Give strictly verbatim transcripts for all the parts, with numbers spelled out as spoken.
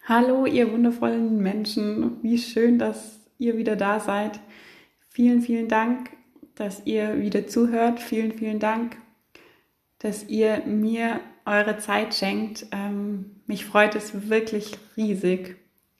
Hallo, ihr wundervollen Menschen. Wie schön, dass ihr wieder da seid. Vielen, vielen Dank, dass ihr wieder zuhört. Vielen, vielen Dank, dass ihr mir eure Zeit schenkt. Ähm, mich freut es wirklich riesig.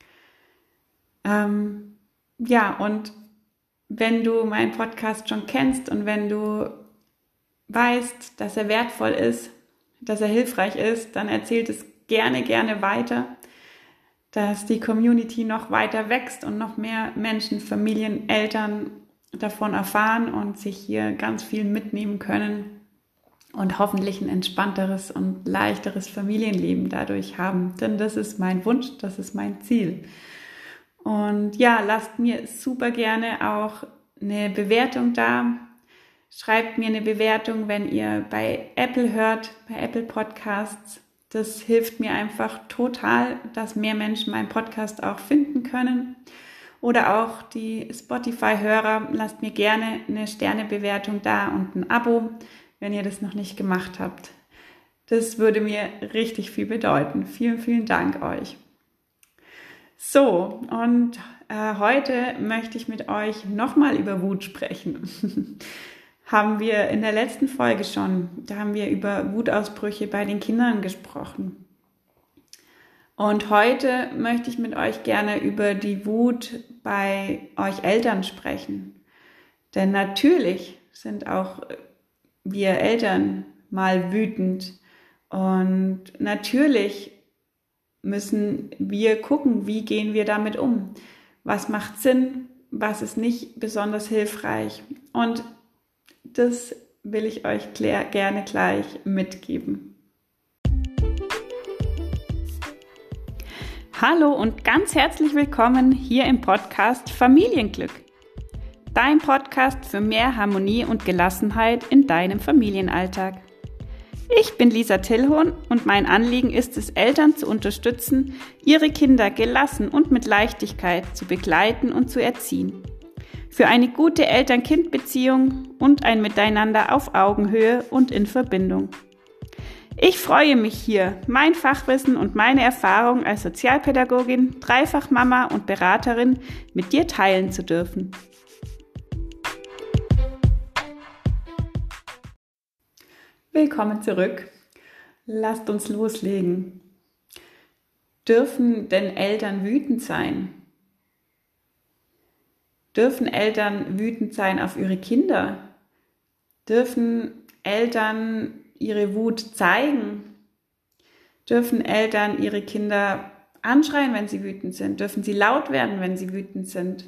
Ähm, ja, und wenn du meinen Podcast schon kennst und wenn du weißt, dass er wertvoll ist, dass er hilfreich ist, dann erzählt es gerne, gerne weiter, dass die Community noch weiter wächst und noch mehr Menschen, Familien, Eltern davon erfahren und sich hier ganz viel mitnehmen können und hoffentlich ein entspannteres und leichteres Familienleben dadurch haben. Denn das ist mein Wunsch, das ist mein Ziel. Und ja, lasst mir super gerne auch eine Bewertung da. Schreibt mir eine Bewertung, wenn ihr bei Apple hört, bei Apple Podcasts. Das hilft mir einfach total, dass mehr Menschen meinen Podcast auch finden können. Oder auch die Spotify-Hörer, lasst mir gerne eine Sternebewertung da und ein Abo, wenn ihr das noch nicht gemacht habt. Das würde mir richtig viel bedeuten. Vielen, vielen Dank euch. So, und äh, heute möchte ich mit euch nochmal über Wut sprechen. Haben wir in der letzten Folge schon, da haben wir über Wutausbrüche bei den Kindern gesprochen. Und heute möchte ich mit euch gerne über die Wut bei euch Eltern sprechen. Denn natürlich sind auch wir Eltern mal wütend und natürlich müssen wir gucken, wie gehen wir damit um. Was macht Sinn, was ist nicht besonders hilfreich. Und das will ich euch gerne gleich mitgeben. Hallo und ganz herzlich willkommen hier im Podcast Familienglück. Dein Podcast für mehr Harmonie und Gelassenheit in deinem Familienalltag. Ich bin Lisa Tillhorn und mein Anliegen ist es, Eltern zu unterstützen, ihre Kinder gelassen und mit Leichtigkeit zu begleiten und zu erziehen. Für eine gute Eltern-Kind-Beziehung und ein Miteinander auf Augenhöhe und in Verbindung. Ich freue mich hier, mein Fachwissen und meine Erfahrung als Sozialpädagogin, Dreifachmama und Beraterin mit dir teilen zu dürfen. Willkommen zurück. Lasst uns loslegen. Dürfen denn Eltern wütend sein? Dürfen Eltern wütend sein auf ihre Kinder? Dürfen Eltern ihre Wut zeigen? Dürfen Eltern ihre Kinder anschreien, wenn sie wütend sind? Dürfen sie laut werden, wenn sie wütend sind?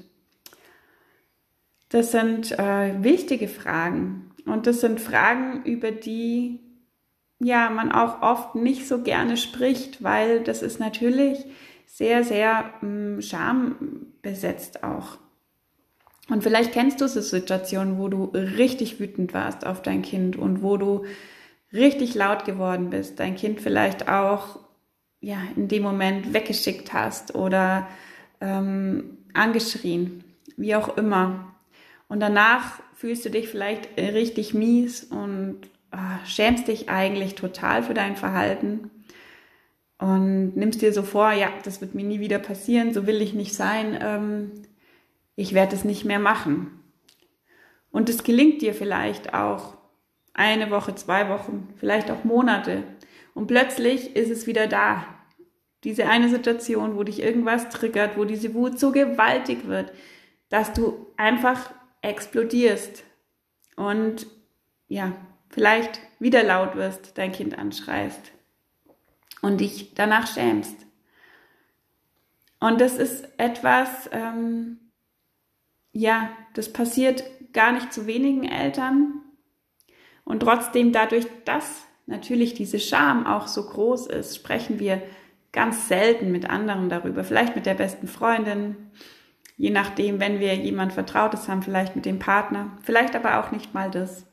Das sind äh, wichtige Fragen. Und das sind Fragen, über die ja, man auch oft nicht so gerne spricht, weil das ist natürlich sehr, sehr mh, schambesetzt auch. Und vielleicht kennst du so Situationen, wo du richtig wütend warst auf dein Kind und wo du richtig laut geworden bist, dein Kind vielleicht auch ja, in dem Moment weggeschickt hast oder ähm, angeschrien, wie auch immer. Und danach fühlst du dich vielleicht richtig mies und äh, schämst dich eigentlich total für dein Verhalten und nimmst dir so vor, ja, das wird mir nie wieder passieren, so will ich nicht sein, ähm, ich werde es nicht mehr machen. Und es gelingt dir vielleicht auch eine Woche, zwei Wochen, vielleicht auch Monate. Und plötzlich ist es wieder da. Diese eine Situation, wo dich irgendwas triggert, wo diese Wut so gewaltig wird, dass du einfach explodierst und ja, vielleicht wieder laut wirst, dein Kind anschreist und dich danach schämst. Und das ist etwas, ähm, ja, das passiert gar nicht zu wenigen Eltern und trotzdem dadurch, dass natürlich diese Scham auch so groß ist, sprechen wir ganz selten mit anderen darüber, vielleicht mit der besten Freundin, je nachdem, wenn wir jemand Vertrautes haben, vielleicht mit dem Partner, vielleicht aber auch nicht mal das.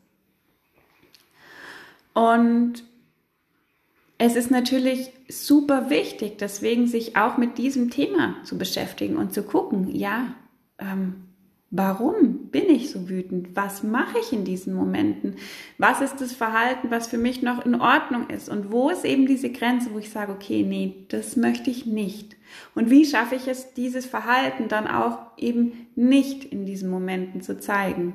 Und es ist natürlich super wichtig, deswegen sich auch mit diesem Thema zu beschäftigen und zu gucken, ja, ähm, Warum bin ich so wütend? Was mache ich in diesen Momenten? Was ist das Verhalten, was für mich noch in Ordnung ist? Und wo ist eben diese Grenze, wo ich sage, okay, nee, das möchte ich nicht. Und wie schaffe ich es, dieses Verhalten dann auch eben nicht in diesen Momenten zu zeigen?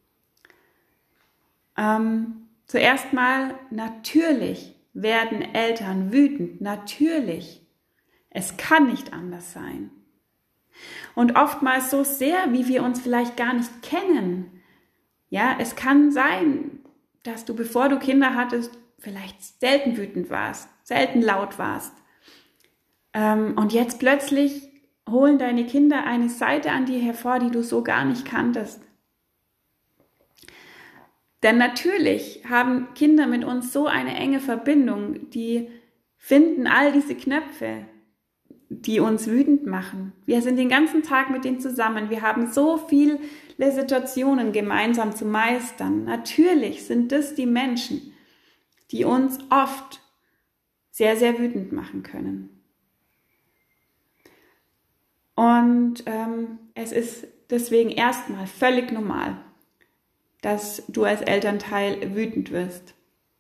Ähm, zuerst mal, natürlich werden Eltern wütend, natürlich. Es kann nicht anders sein. Und oftmals so sehr, wie wir uns vielleicht gar nicht kennen. Ja, es kann sein, dass du, bevor du Kinder hattest, vielleicht selten wütend warst, selten laut warst. Ähm, und jetzt plötzlich holen deine Kinder eine Seite an dir hervor, die du so gar nicht kanntest. Denn natürlich haben Kinder mit uns so eine enge Verbindung, die finden all diese Knöpfe, die uns wütend machen. Wir sind den ganzen Tag mit denen zusammen. Wir haben so viele Situationen gemeinsam zu meistern. Natürlich sind das die Menschen, die uns oft sehr, sehr wütend machen können. Und ähm, es ist deswegen erstmal völlig normal, dass du als Elternteil wütend wirst.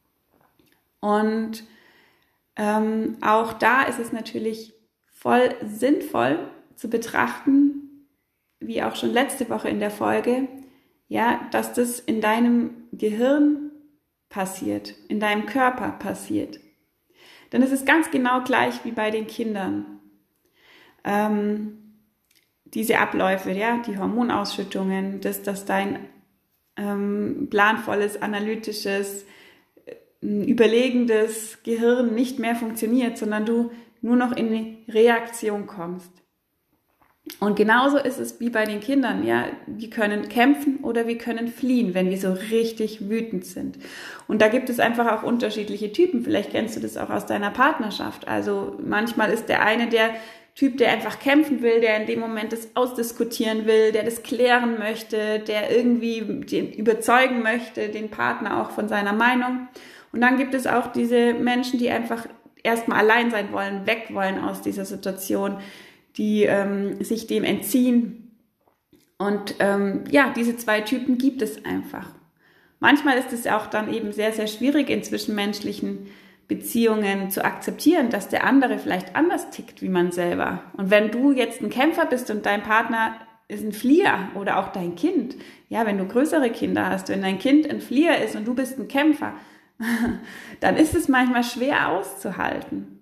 Und ähm, auch da ist es natürlich voll sinnvoll zu betrachten, wie auch schon letzte Woche in der Folge, ja, dass das in deinem Gehirn passiert, in deinem Körper passiert. Denn es ist ganz genau gleich wie bei den Kindern. Ähm, diese Abläufe, ja, die Hormonausschüttungen, das, dass dein ähm, planvolles, analytisches, äh, überlegendes Gehirn nicht mehr funktioniert, sondern du nur noch in eine Reaktion kommst. Und genauso ist es wie bei den Kindern, ja, wir können kämpfen oder wir können fliehen, wenn wir so richtig wütend sind. Und da gibt es einfach auch unterschiedliche Typen, vielleicht kennst du das auch aus deiner Partnerschaft. Also manchmal ist der eine der Typ, der einfach kämpfen will, der in dem Moment das ausdiskutieren will, der das klären möchte, der irgendwie den überzeugen möchte, den Partner auch von seiner Meinung. Und dann gibt es auch diese Menschen, die einfach erstmal allein sein wollen, weg wollen aus dieser Situation, die ähm, sich dem entziehen. Und ähm, ja, diese zwei Typen gibt es einfach. Manchmal ist es auch dann eben sehr, sehr schwierig in zwischenmenschlichen Beziehungen zu akzeptieren, dass der andere vielleicht anders tickt wie man selber. Und wenn du jetzt ein Kämpfer bist und dein Partner ist ein Flieher oder auch dein Kind, ja, wenn du größere Kinder hast, wenn dein Kind ein Flieher ist und du bist ein Kämpfer, dann ist es manchmal schwer auszuhalten.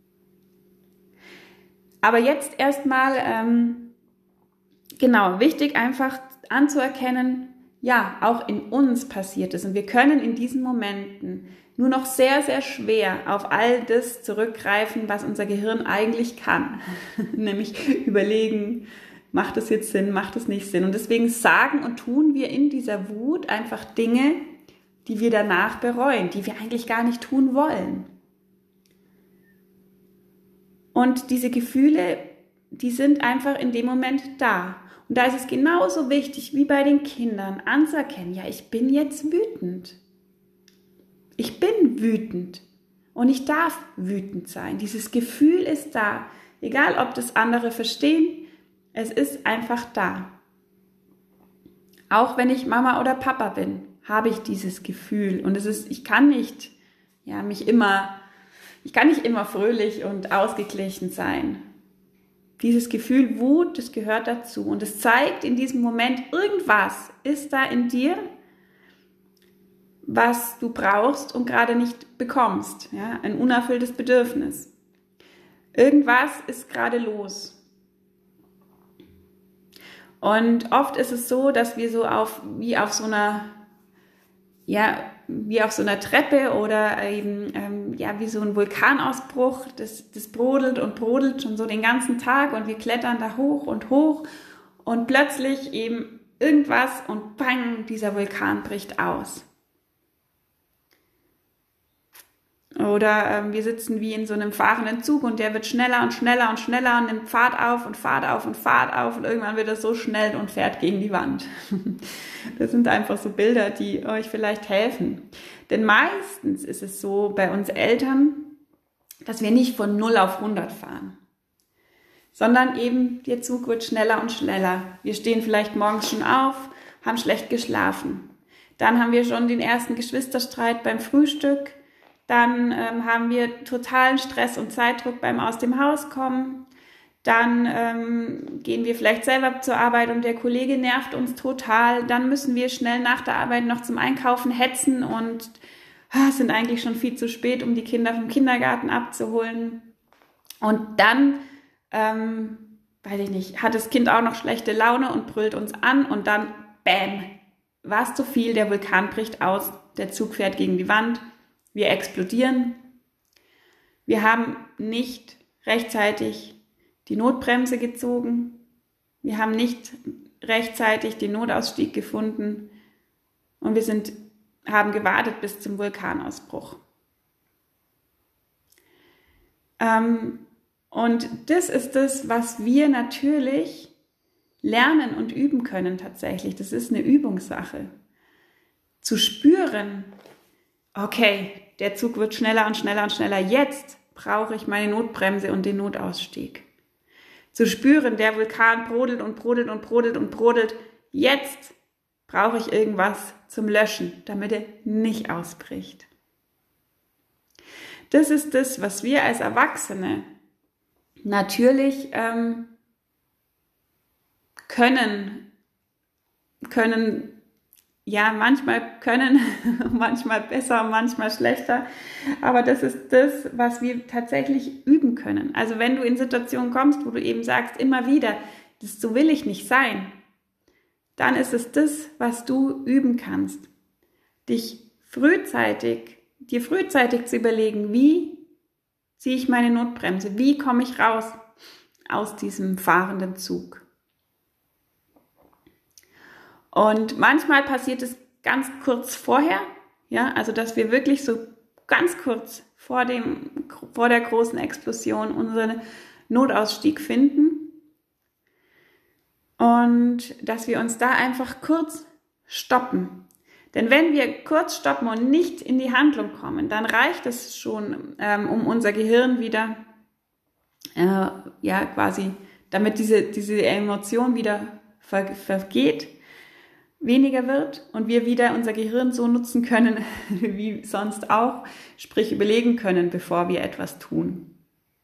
Aber jetzt erstmal, ähm, genau, wichtig einfach anzuerkennen, ja, auch in uns passiert es. Und wir können in diesen Momenten nur noch sehr, sehr schwer auf all das zurückgreifen, was unser Gehirn eigentlich kann. Nämlich überlegen, macht es jetzt Sinn, macht es nicht Sinn. Und deswegen sagen und tun wir in dieser Wut einfach Dinge, die wir danach bereuen, die wir eigentlich gar nicht tun wollen. Und diese Gefühle, die sind einfach in dem Moment da. Und da ist es genauso wichtig wie bei den Kindern anzuerkennen, ja, ich bin jetzt wütend. Ich bin wütend und ich darf wütend sein. Dieses Gefühl ist da, egal ob das andere verstehen, es ist einfach da. Auch wenn ich Mama oder Papa bin, habe ich dieses Gefühl und es ist, ich kann nicht, ja, mich immer, ich kann nicht immer fröhlich und ausgeglichen sein. Dieses Gefühl Wut, das gehört dazu und es zeigt in diesem Moment, irgendwas ist da in dir, was du brauchst und gerade nicht bekommst, ja, ein unerfülltes Bedürfnis. Irgendwas ist gerade los. Und oft ist es so, dass wir so auf, wie auf so einer, ja, wie auf so einer Treppe oder eben, ähm, ja, wie so ein Vulkanausbruch, das, das brodelt und brodelt schon so den ganzen Tag und wir klettern da hoch und hoch und plötzlich eben irgendwas und bang, dieser Vulkan bricht aus. Oder ähm, wir sitzen wie in so einem fahrenden Zug und der wird schneller und schneller und schneller und nimmt Fahrt auf und Fahrt auf und Fahrt auf und irgendwann wird er so schnell und fährt gegen die Wand. Das sind einfach so Bilder, die euch vielleicht helfen. Denn meistens ist es so bei uns Eltern, dass wir nicht von null auf hundert fahren. sondern eben der Zug wird schneller und schneller. Wir stehen vielleicht morgens schon auf, haben schlecht geschlafen. Dann haben wir schon den ersten Geschwisterstreit beim Frühstück. Dann ähm, haben wir totalen Stress und Zeitdruck beim Aus dem Haus kommen. Dann ähm, gehen wir vielleicht selber zur Arbeit und der Kollege nervt uns total. Dann müssen wir schnell nach der Arbeit noch zum Einkaufen hetzen und ah, sind eigentlich schon viel zu spät, um die Kinder vom Kindergarten abzuholen. Und dann, ähm, weiß ich nicht, hat das Kind auch noch schlechte Laune und brüllt uns an und dann, bäm, war es zu viel, der Vulkan bricht aus, der Zug fährt gegen die Wand, wir explodieren. Wir haben nicht rechtzeitig die Notbremse gezogen. Wir haben nicht rechtzeitig den Notausstieg gefunden und wir sind, haben gewartet bis zum Vulkanausbruch. Ähm, und das ist das, was wir natürlich lernen und üben können tatsächlich. Das ist eine Übungssache. Zu spüren, okay, der Zug wird schneller und schneller und schneller. Jetzt brauche ich meine Notbremse und den Notausstieg. Zu spüren, der Vulkan brodelt und brodelt und brodelt und brodelt. Jetzt brauche ich irgendwas zum Löschen, damit er nicht ausbricht. Das ist das, was wir als Erwachsene natürlich ähm, können, können, ja, manchmal können, manchmal besser, manchmal schlechter, aber das ist das, was wir tatsächlich üben können. Also wenn du in Situationen kommst, wo du eben sagst, immer wieder, das, so will ich nicht sein, dann ist es das, was du üben kannst. Dich frühzeitig, dir frühzeitig zu überlegen, wie ziehe ich meine Notbremse, wie komme ich raus aus diesem fahrenden Zug. Und manchmal passiert es ganz kurz vorher, ja, also dass wir wirklich so ganz kurz vor dem, vor der großen Explosion unseren Notausstieg finden und dass wir uns da einfach kurz stoppen. Denn wenn wir kurz stoppen und nicht in die Handlung kommen, dann reicht es schon, ähm, um unser Gehirn wieder, äh, ja, quasi, damit diese, diese Emotion wieder ver- vergeht, weniger wird und wir wieder unser Gehirn so nutzen können, wie sonst auch, sprich überlegen können, bevor wir etwas tun.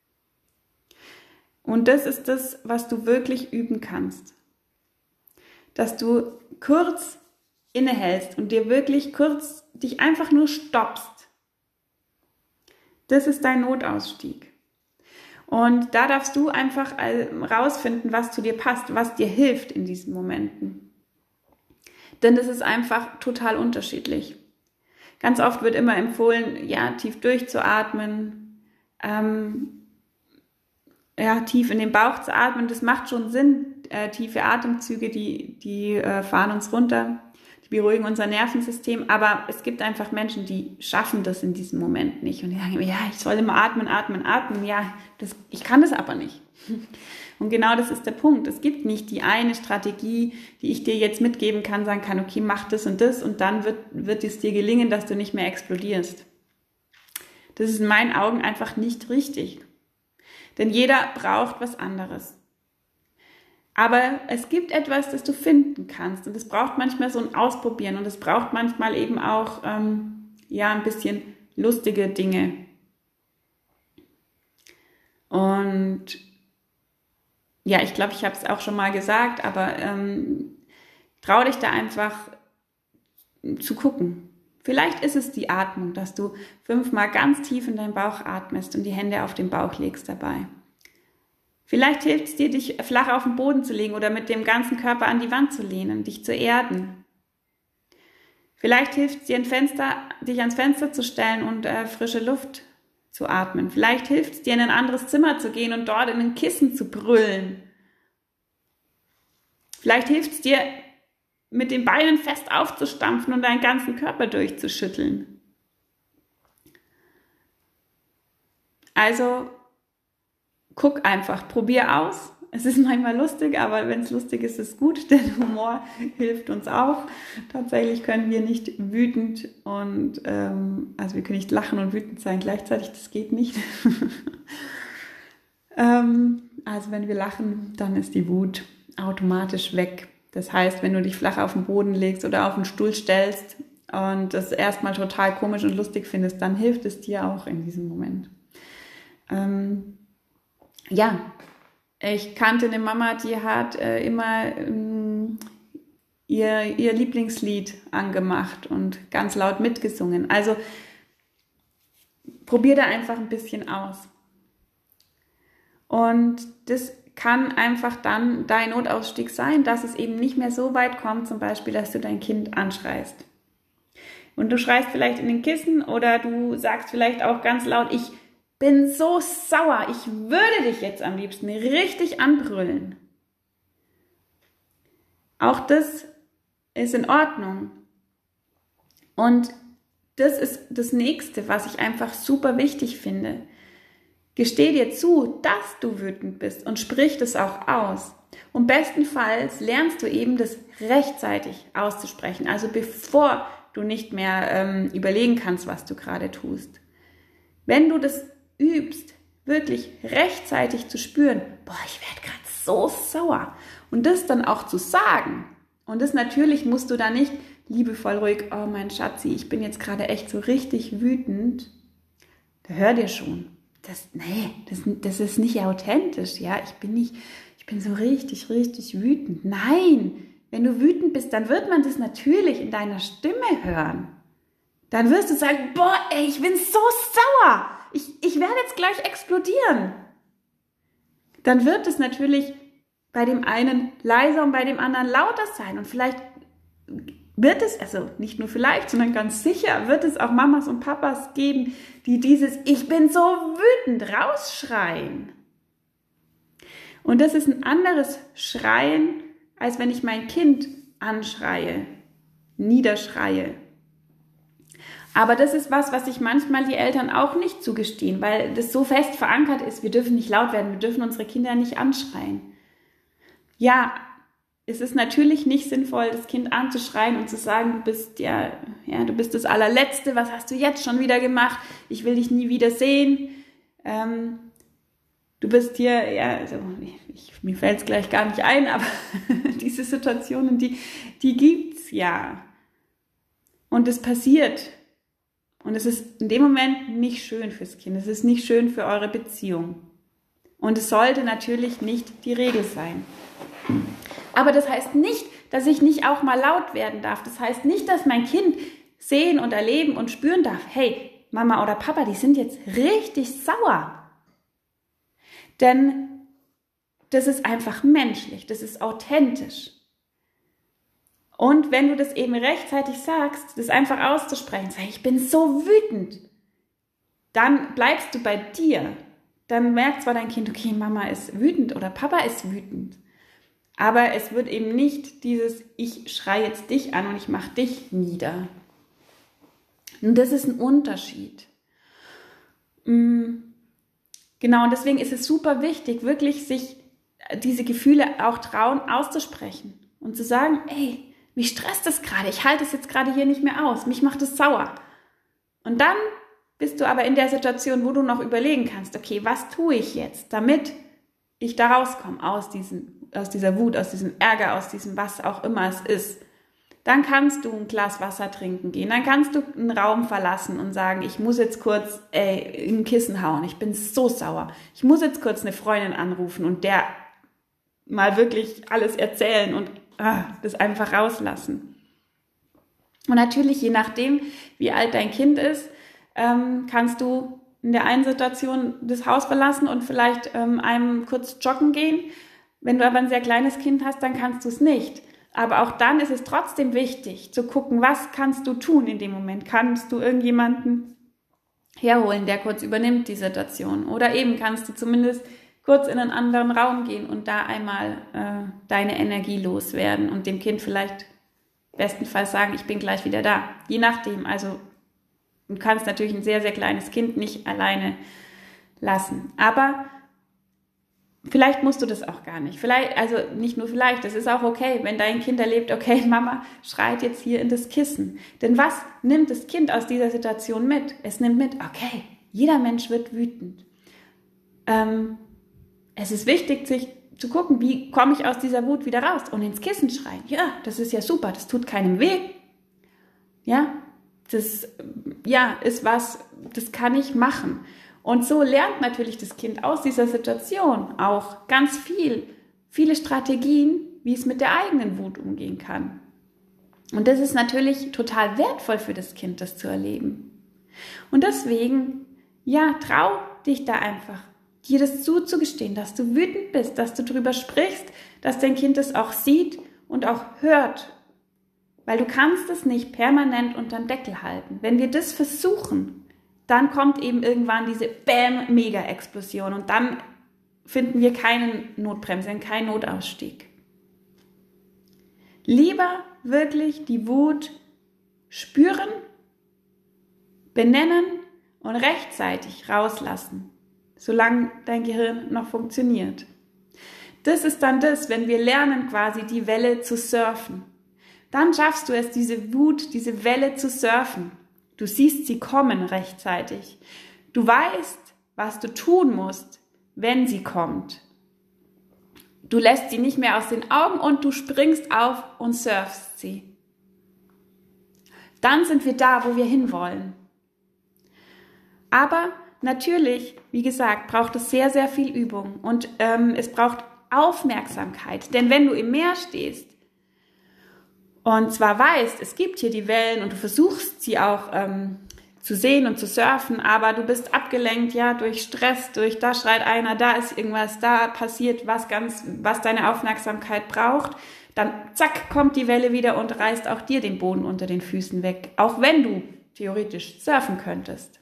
Und das ist das, was du wirklich üben kannst. Dass du kurz innehältst und dir wirklich kurz dich einfach nur stoppst. Das ist dein Notausstieg. Und da darfst du einfach rausfinden, was zu dir passt, was dir hilft in diesen Momenten. Denn das ist einfach total unterschiedlich. Ganz oft wird immer empfohlen, ja, tief durchzuatmen, ähm, ja, tief in den Bauch zu atmen. Das macht schon Sinn. Äh, tiefe Atemzüge, die, die äh, fahren uns runter, die beruhigen unser Nervensystem. Aber es gibt einfach Menschen, die schaffen das in diesem Moment nicht. Und die sagen, ja, ich soll immer atmen, atmen, atmen. Ja, das, ich kann das aber nicht. Und genau das ist der Punkt. Es gibt nicht die eine Strategie, die ich dir jetzt mitgeben kann, sagen kann, okay, mach das und das und dann wird, wird es dir gelingen, dass du nicht mehr explodierst. Das ist in meinen Augen einfach nicht richtig. Denn jeder braucht was anderes. Aber es gibt etwas, das du finden kannst und es braucht manchmal so ein Ausprobieren und es braucht manchmal eben auch ähm, ja, ein bisschen lustige Dinge. Und ja, ich glaube, ich habe es auch schon mal gesagt, aber ähm, trau dich da einfach zu gucken. Vielleicht ist es die Atmung, dass du fünfmal ganz tief in deinen Bauch atmest und die Hände auf den Bauch legst dabei. Vielleicht hilft es dir, dich flach auf den Boden zu legen oder mit dem ganzen Körper an die Wand zu lehnen, dich zu erden. Vielleicht hilft es dir, ein Fenster, dich ans Fenster zu stellen und äh, frische Luft zu atmen. Vielleicht hilft es dir, in ein anderes Zimmer zu gehen und dort in ein Kissen zu brüllen. Vielleicht hilft es dir, mit den Beinen fest aufzustampfen und deinen ganzen Körper durchzuschütteln. Also guck einfach, probier aus. Es ist manchmal lustig, aber wenn es lustig ist, ist es gut, denn Humor hilft uns auch. Tatsächlich können wir nicht wütend und, ähm, also wir können nicht lachen und wütend sein gleichzeitig, das geht nicht. ähm, Also wenn wir lachen, dann ist die Wut automatisch weg. Das heißt, wenn du dich flach auf den Boden legst oder auf den Stuhl stellst und das erstmal total komisch und lustig findest, dann hilft es dir auch in diesem Moment. Ähm, ja, ich kannte eine Mama, die hat äh, immer ähm, ihr, ihr Lieblingslied angemacht und ganz laut mitgesungen. Also probier da einfach ein bisschen aus. Und das kann einfach dann dein Notausstieg sein, dass es eben nicht mehr so weit kommt, zum Beispiel, dass du dein Kind anschreist. Und du schreist vielleicht in den Kissen oder du sagst vielleicht auch ganz laut, ich bin so sauer, ich würde dich jetzt am liebsten richtig anbrüllen. Auch das ist in Ordnung. Und das ist das Nächste, was ich einfach super wichtig finde. Gesteh dir zu, dass du wütend bist und sprich das auch aus. Und bestenfalls lernst du eben, das rechtzeitig auszusprechen, also bevor du nicht mehr ähm, überlegen kannst, was du gerade tust. Wenn du das übst, wirklich rechtzeitig zu spüren, boah, ich werde gerade so sauer und das dann auch zu sagen. Und das natürlich musst du da nicht liebevoll ruhig, oh mein Schatzi, ich bin jetzt gerade echt so richtig wütend. Da hör dir schon. Das, nee, das, das ist nicht authentisch, ja, ich bin nicht, ich bin so richtig, richtig wütend. Nein, wenn du wütend bist, dann wird man das natürlich in deiner Stimme hören. Dann wirst du sagen, boah, ey, ich bin so sauer, ich, ich werde jetzt gleich explodieren. Dann wird es natürlich bei dem einen leiser und bei dem anderen lauter sein und vielleicht wird es, also nicht nur vielleicht, sondern ganz sicher wird es auch Mamas und Papas geben, die dieses Ich bin so wütend rausschreien. Und das ist ein anderes Schreien, als wenn ich mein Kind anschreie, niederschreie. Aber das ist was, was sich manchmal die Eltern auch nicht zugestehen, weil das so fest verankert ist, wir dürfen nicht laut werden, wir dürfen unsere Kinder nicht anschreien. Ja, es ist natürlich nicht sinnvoll, das Kind anzuschreien und zu sagen, du bist ja, ja, du bist das Allerletzte, was hast du jetzt schon wieder gemacht? Ich will dich nie wieder sehen. Ähm, du bist hier, ja, also ich, mir fällt es gleich gar nicht ein, aber diese Situationen, die, die gibt's ja. Und es passiert. Und es ist in dem Moment nicht schön fürs Kind. Es ist nicht schön für eure Beziehung. Und es sollte natürlich nicht die Regel sein. Aber das heißt nicht, dass ich nicht auch mal laut werden darf. Das heißt nicht, dass mein Kind sehen und erleben und spüren darf, hey, Mama oder Papa, die sind jetzt richtig sauer. Denn das ist einfach menschlich, das ist authentisch. Und wenn du das eben rechtzeitig sagst, das einfach auszusprechen, sag, ich bin so wütend, dann bleibst du bei dir. Dann merkt zwar dein Kind, okay, Mama ist wütend oder Papa ist wütend. Aber es wird eben nicht dieses, ich schreie jetzt dich an und ich mache dich nieder. Und das ist ein Unterschied. Genau, und deswegen ist es super wichtig, wirklich sich diese Gefühle auch trauen auszusprechen und zu sagen, ey, mich stresst das gerade, ich halte es jetzt gerade hier nicht mehr aus, mich macht es sauer. Und dann bist du aber in der Situation, wo du noch überlegen kannst, okay, was tue ich jetzt, damit ich da rauskomme aus diesem aus dieser Wut, aus diesem Ärger, aus diesem was auch immer es ist, dann kannst du ein Glas Wasser trinken gehen, dann kannst du einen Raum verlassen und sagen, ich muss jetzt kurz ey, in ein Kissen hauen, ich bin so sauer, ich muss jetzt kurz eine Freundin anrufen und der mal wirklich alles erzählen und ah, das einfach rauslassen. Und natürlich, je nachdem, wie alt dein Kind ist, ähm, kannst du in der einen Situation das Haus verlassen und vielleicht ähm, einem kurz joggen gehen. Wenn du aber ein sehr kleines Kind hast, dann kannst du es nicht. Aber auch dann ist es trotzdem wichtig, zu gucken, was kannst du tun in dem Moment? Kannst du irgendjemanden herholen, der kurz übernimmt die Situation? Oder eben kannst du zumindest kurz in einen anderen Raum gehen und da einmal äh, deine Energie loswerden und dem Kind vielleicht bestenfalls sagen, ich bin gleich wieder da. Je nachdem, also du kannst natürlich ein sehr, sehr kleines Kind nicht alleine lassen. Aber vielleicht musst du das auch gar nicht. Vielleicht, also nicht nur vielleicht, das ist auch okay, wenn dein Kind erlebt, okay, Mama schreit jetzt hier in das Kissen. Denn was nimmt das Kind aus dieser Situation mit? Es nimmt mit, okay, jeder Mensch wird wütend. Ähm, es ist wichtig, sich zu gucken, wie komme ich aus dieser Wut wieder raus und ins Kissen schreien. Ja, das ist ja super, das tut keinem weh. Ja, das ja, ist was, das kann ich machen. Und so lernt natürlich das Kind aus dieser Situation auch ganz viel, viele Strategien, wie es mit der eigenen Wut umgehen kann. Und das ist natürlich total wertvoll für das Kind, das zu erleben. Und deswegen, ja, trau dich da einfach, dir das zuzugestehen, dass du wütend bist, dass du drüber sprichst, dass dein Kind das auch sieht und auch hört. Weil du kannst es nicht permanent unterm Deckel halten. Wenn wir das versuchen, dann kommt eben irgendwann diese Bam-Mega-Explosion und dann finden wir keine Notbremse, keinen Notausstieg. Lieber wirklich die Wut spüren, benennen und rechtzeitig rauslassen, solange dein Gehirn noch funktioniert. Das ist dann das, wenn wir lernen, quasi die Welle zu surfen. Dann schaffst du es, diese Wut, diese Welle zu surfen. Du siehst sie kommen rechtzeitig. Du weißt, was du tun musst, wenn sie kommt. Du lässt sie nicht mehr aus den Augen und du springst auf und surfst sie. Dann sind wir da, wo wir hinwollen. Aber natürlich, wie gesagt, braucht es sehr, sehr viel Übung und ähm, es braucht Aufmerksamkeit. Denn wenn du im Meer stehst und zwar weißt, es gibt hier die Wellen und du versuchst sie auch ähm, zu sehen und zu surfen, aber du bist abgelenkt, ja, durch Stress, durch da schreit einer, da ist irgendwas, da passiert was ganz, was deine Aufmerksamkeit braucht, dann zack, kommt die Welle wieder und reißt auch dir den Boden unter den Füßen weg, auch wenn du theoretisch surfen könntest.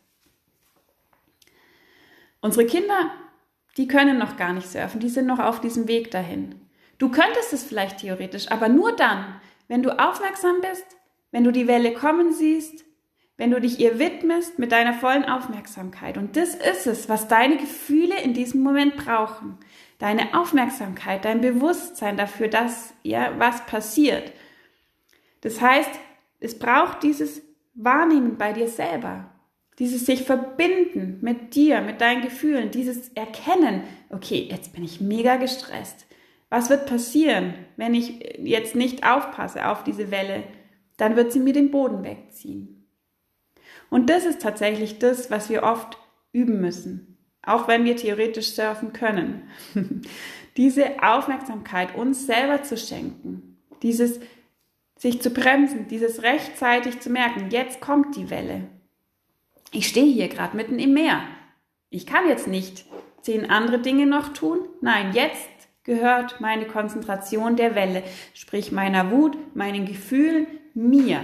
Unsere Kinder, die können noch gar nicht surfen, die sind noch auf diesem Weg dahin. Du könntest es vielleicht theoretisch, aber nur dann, wenn du aufmerksam bist, wenn du die Welle kommen siehst, wenn du dich ihr widmest mit deiner vollen Aufmerksamkeit. Und das ist es, was deine Gefühle in diesem Moment brauchen. Deine Aufmerksamkeit, dein Bewusstsein dafür, dass ja was passiert. Das heißt, es braucht dieses Wahrnehmen bei dir selber. Dieses sich verbinden mit dir, mit deinen Gefühlen, dieses Erkennen, okay, jetzt bin ich mega gestresst. Was wird passieren, wenn ich jetzt nicht aufpasse auf diese Welle? Dann wird sie mir den Boden wegziehen. Und das ist tatsächlich das, was wir oft üben müssen, auch wenn wir theoretisch surfen können. Diese Aufmerksamkeit uns selber zu schenken, dieses sich zu bremsen, dieses rechtzeitig zu merken, jetzt kommt die Welle. Ich stehe hier gerade mitten im Meer. Ich kann jetzt nicht zehn andere Dinge noch tun. Nein, jetzt gehört meine Konzentration der Welle, sprich meiner Wut, meinen Gefühlen, mir.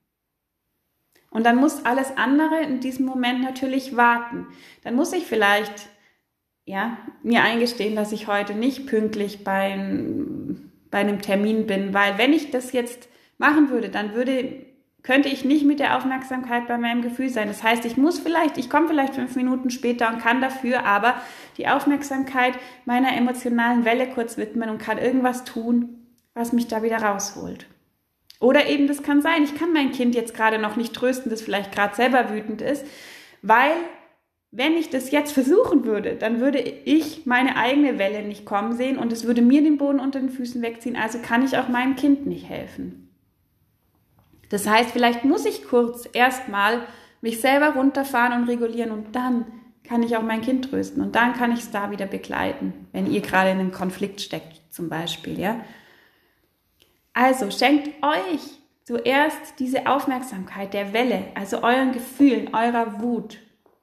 Und dann muss alles andere in diesem Moment natürlich warten. Dann muss ich vielleicht ja, mir eingestehen, dass ich heute nicht pünktlich beim, bei einem Termin bin, weil wenn ich das jetzt machen würde, dann würde, könnte ich nicht mit der Aufmerksamkeit bei meinem Gefühl sein. Das heißt, ich muss vielleicht, ich komme vielleicht fünf Minuten später und kann dafür aber die Aufmerksamkeit meiner emotionalen Welle kurz widmen und kann irgendwas tun, was mich da wieder rausholt. Oder eben, das kann sein, ich kann mein Kind jetzt gerade noch nicht trösten, das vielleicht gerade selber wütend ist, weil wenn ich das jetzt versuchen würde, dann würde ich meine eigene Welle nicht kommen sehen und es würde mir den Boden unter den Füßen wegziehen, also kann ich auch meinem Kind nicht helfen. Das heißt, vielleicht muss ich kurz erstmal mich selber runterfahren und regulieren und dann kann ich auch mein Kind trösten und dann kann ich es da wieder begleiten, wenn ihr gerade in einem Konflikt steckt zum Beispiel, ja. Also schenkt euch zuerst diese Aufmerksamkeit der Welle, also euren Gefühlen, eurer Wut.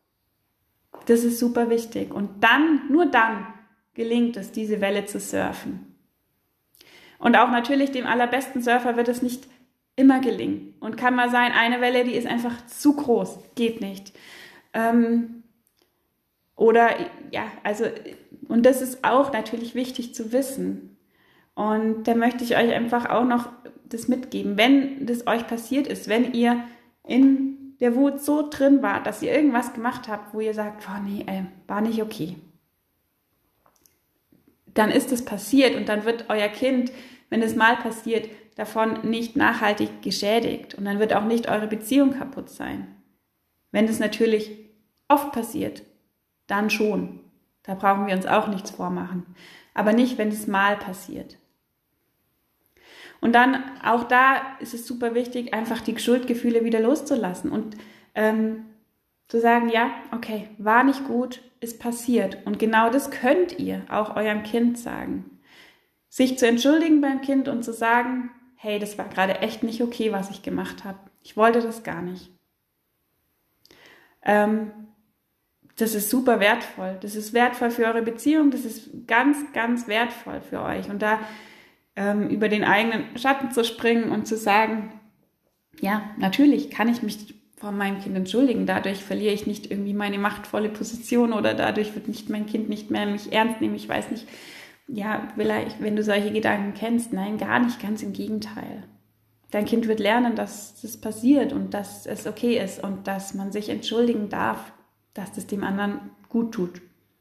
Das ist super wichtig. Und dann, nur dann gelingt es, diese Welle zu surfen. Und auch natürlich dem allerbesten Surfer wird es nicht immer gelingen. Und kann mal sein, eine Welle, die ist einfach zu groß, geht nicht. Ähm, oder, ja, also, und das ist auch natürlich wichtig zu wissen. Und da möchte ich euch einfach auch noch das mitgeben, wenn das euch passiert ist, wenn ihr in der Wut so drin wart, dass ihr irgendwas gemacht habt, wo ihr sagt, oh nee, ey, war nicht okay. Dann ist es passiert und dann wird euer Kind, wenn es mal passiert, davon nicht nachhaltig geschädigt und dann wird auch nicht eure Beziehung kaputt sein. Wenn es natürlich oft passiert, dann schon. Da brauchen wir uns auch nichts vormachen. Aber nicht, wenn es mal passiert. Und dann, auch da ist es super wichtig, einfach die Schuldgefühle wieder loszulassen und ähm, zu sagen, ja, okay, war nicht gut, ist passiert. Und genau das könnt ihr auch eurem Kind sagen. Sich zu entschuldigen beim Kind und zu sagen, hey, das war gerade echt nicht okay, was ich gemacht habe. Ich wollte das gar nicht. Ähm, das ist super wertvoll. Das ist wertvoll für eure Beziehung. Das ist ganz, ganz wertvoll für euch. Und da ähm, über den eigenen Schatten zu springen und zu sagen, ja, natürlich kann ich mich von meinem Kind entschuldigen. Dadurch verliere ich nicht irgendwie meine machtvolle Position oder dadurch wird nicht mein Kind nicht mehr mich ernst nehmen. Ich weiß nicht, ja, vielleicht, wenn du solche Gedanken kennst, nein, gar nicht, ganz im Gegenteil. Dein Kind wird lernen, dass das passiert und dass es okay ist und dass man sich entschuldigen darf, dass das dem anderen gut tut.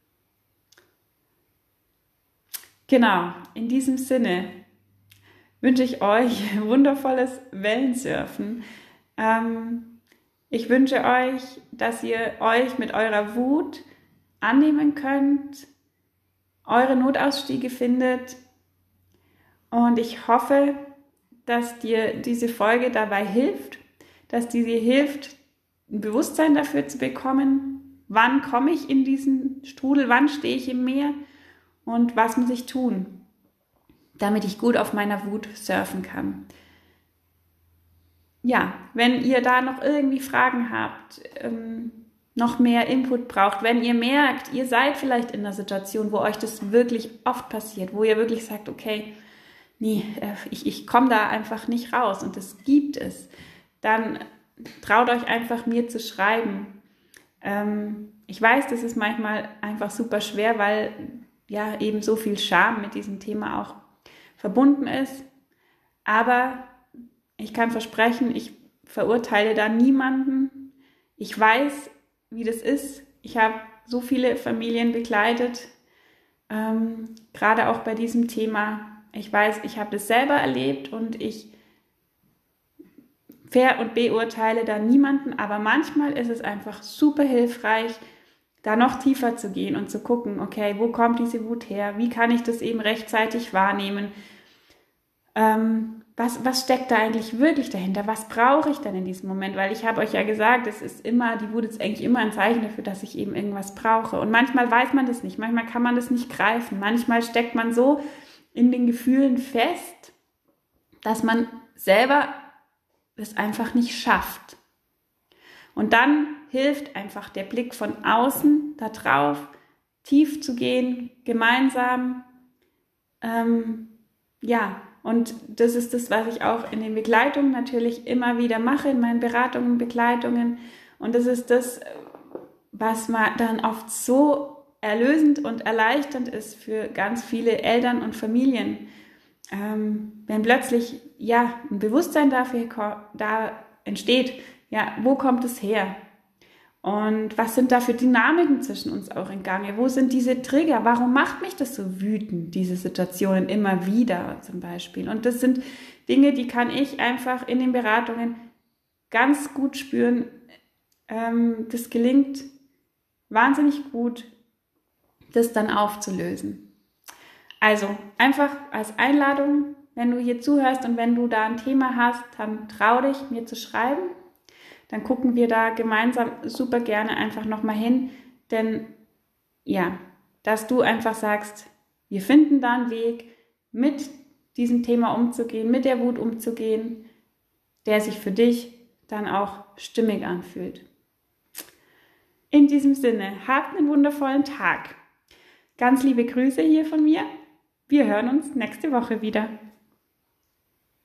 Genau, in diesem Sinne wünsche ich euch wundervolles Wellensurfen. Ähm, ich wünsche euch, dass ihr euch mit eurer Wut annehmen könnt, eure Notausstiege findet und ich hoffe, dass dir diese Folge dabei hilft, dass die dir hilft, ein Bewusstsein dafür zu bekommen, wann komme ich in diesen Strudel, wann stehe ich im Meer und was muss ich tun, damit ich gut auf meiner Wut surfen kann. Ja, wenn ihr da noch irgendwie Fragen habt, ähm, noch mehr Input braucht, wenn ihr merkt, ihr seid vielleicht in einer Situation, wo euch das wirklich oft passiert, wo ihr wirklich sagt, okay, nee, ich, ich komme da einfach nicht raus und das gibt es, dann traut euch einfach mir zu schreiben. Ähm, ich weiß, das ist manchmal einfach super schwer, weil ja eben so viel Scham mit diesem Thema auch verbunden ist, aber ich kann versprechen, ich verurteile da niemanden. Ich weiß, wie das ist. Ich habe so viele Familien begleitet, ähm, gerade auch bei diesem Thema. Ich weiß, ich habe das selber erlebt und ich ver- und beurteile da niemanden, aber manchmal ist es einfach super hilfreich, da noch tiefer zu gehen und zu gucken, okay, wo kommt diese Wut her? Wie kann ich das eben rechtzeitig wahrnehmen? Ähm, was, was steckt da eigentlich wirklich dahinter? Was brauche ich dann in diesem Moment? Weil ich habe euch ja gesagt, es ist immer, die Wut ist eigentlich immer ein Zeichen dafür, dass ich eben irgendwas brauche. Und manchmal weiß man das nicht, manchmal kann man das nicht greifen. Manchmal steckt man so in den Gefühlen fest, dass man selber es einfach nicht schafft. Und dann hilft einfach der Blick von außen da drauf, tief zu gehen, gemeinsam, ähm, ja, und das ist das, was ich auch in den Begleitungen natürlich immer wieder mache, in meinen Beratungen, Begleitungen. Und das ist das, was man dann oft so erlösend und erleichternd ist für ganz viele Eltern und Familien. Ähm, wenn plötzlich ja ein Bewusstsein dafür da entsteht, ja, wo kommt es her? Und was sind da für Dynamiken zwischen uns auch in Gange? Wo sind diese Trigger? Warum macht mich das so wütend, diese Situationen immer wieder zum Beispiel? Und das sind Dinge, die kann ich einfach in den Beratungen ganz gut spüren. Ähm, das gelingt wahnsinnig gut, das dann aufzulösen. Also einfach als Einladung, wenn du hier zuhörst und wenn du da ein Thema hast, dann trau dich, mir zu schreiben. Dann gucken wir da gemeinsam super gerne einfach nochmal hin, denn ja, dass du einfach sagst, wir finden da einen Weg, mit diesem Thema umzugehen, mit der Wut umzugehen, der sich für dich dann auch stimmig anfühlt. In diesem Sinne, habt einen wundervollen Tag. Ganz liebe Grüße hier von mir. Wir hören uns nächste Woche wieder.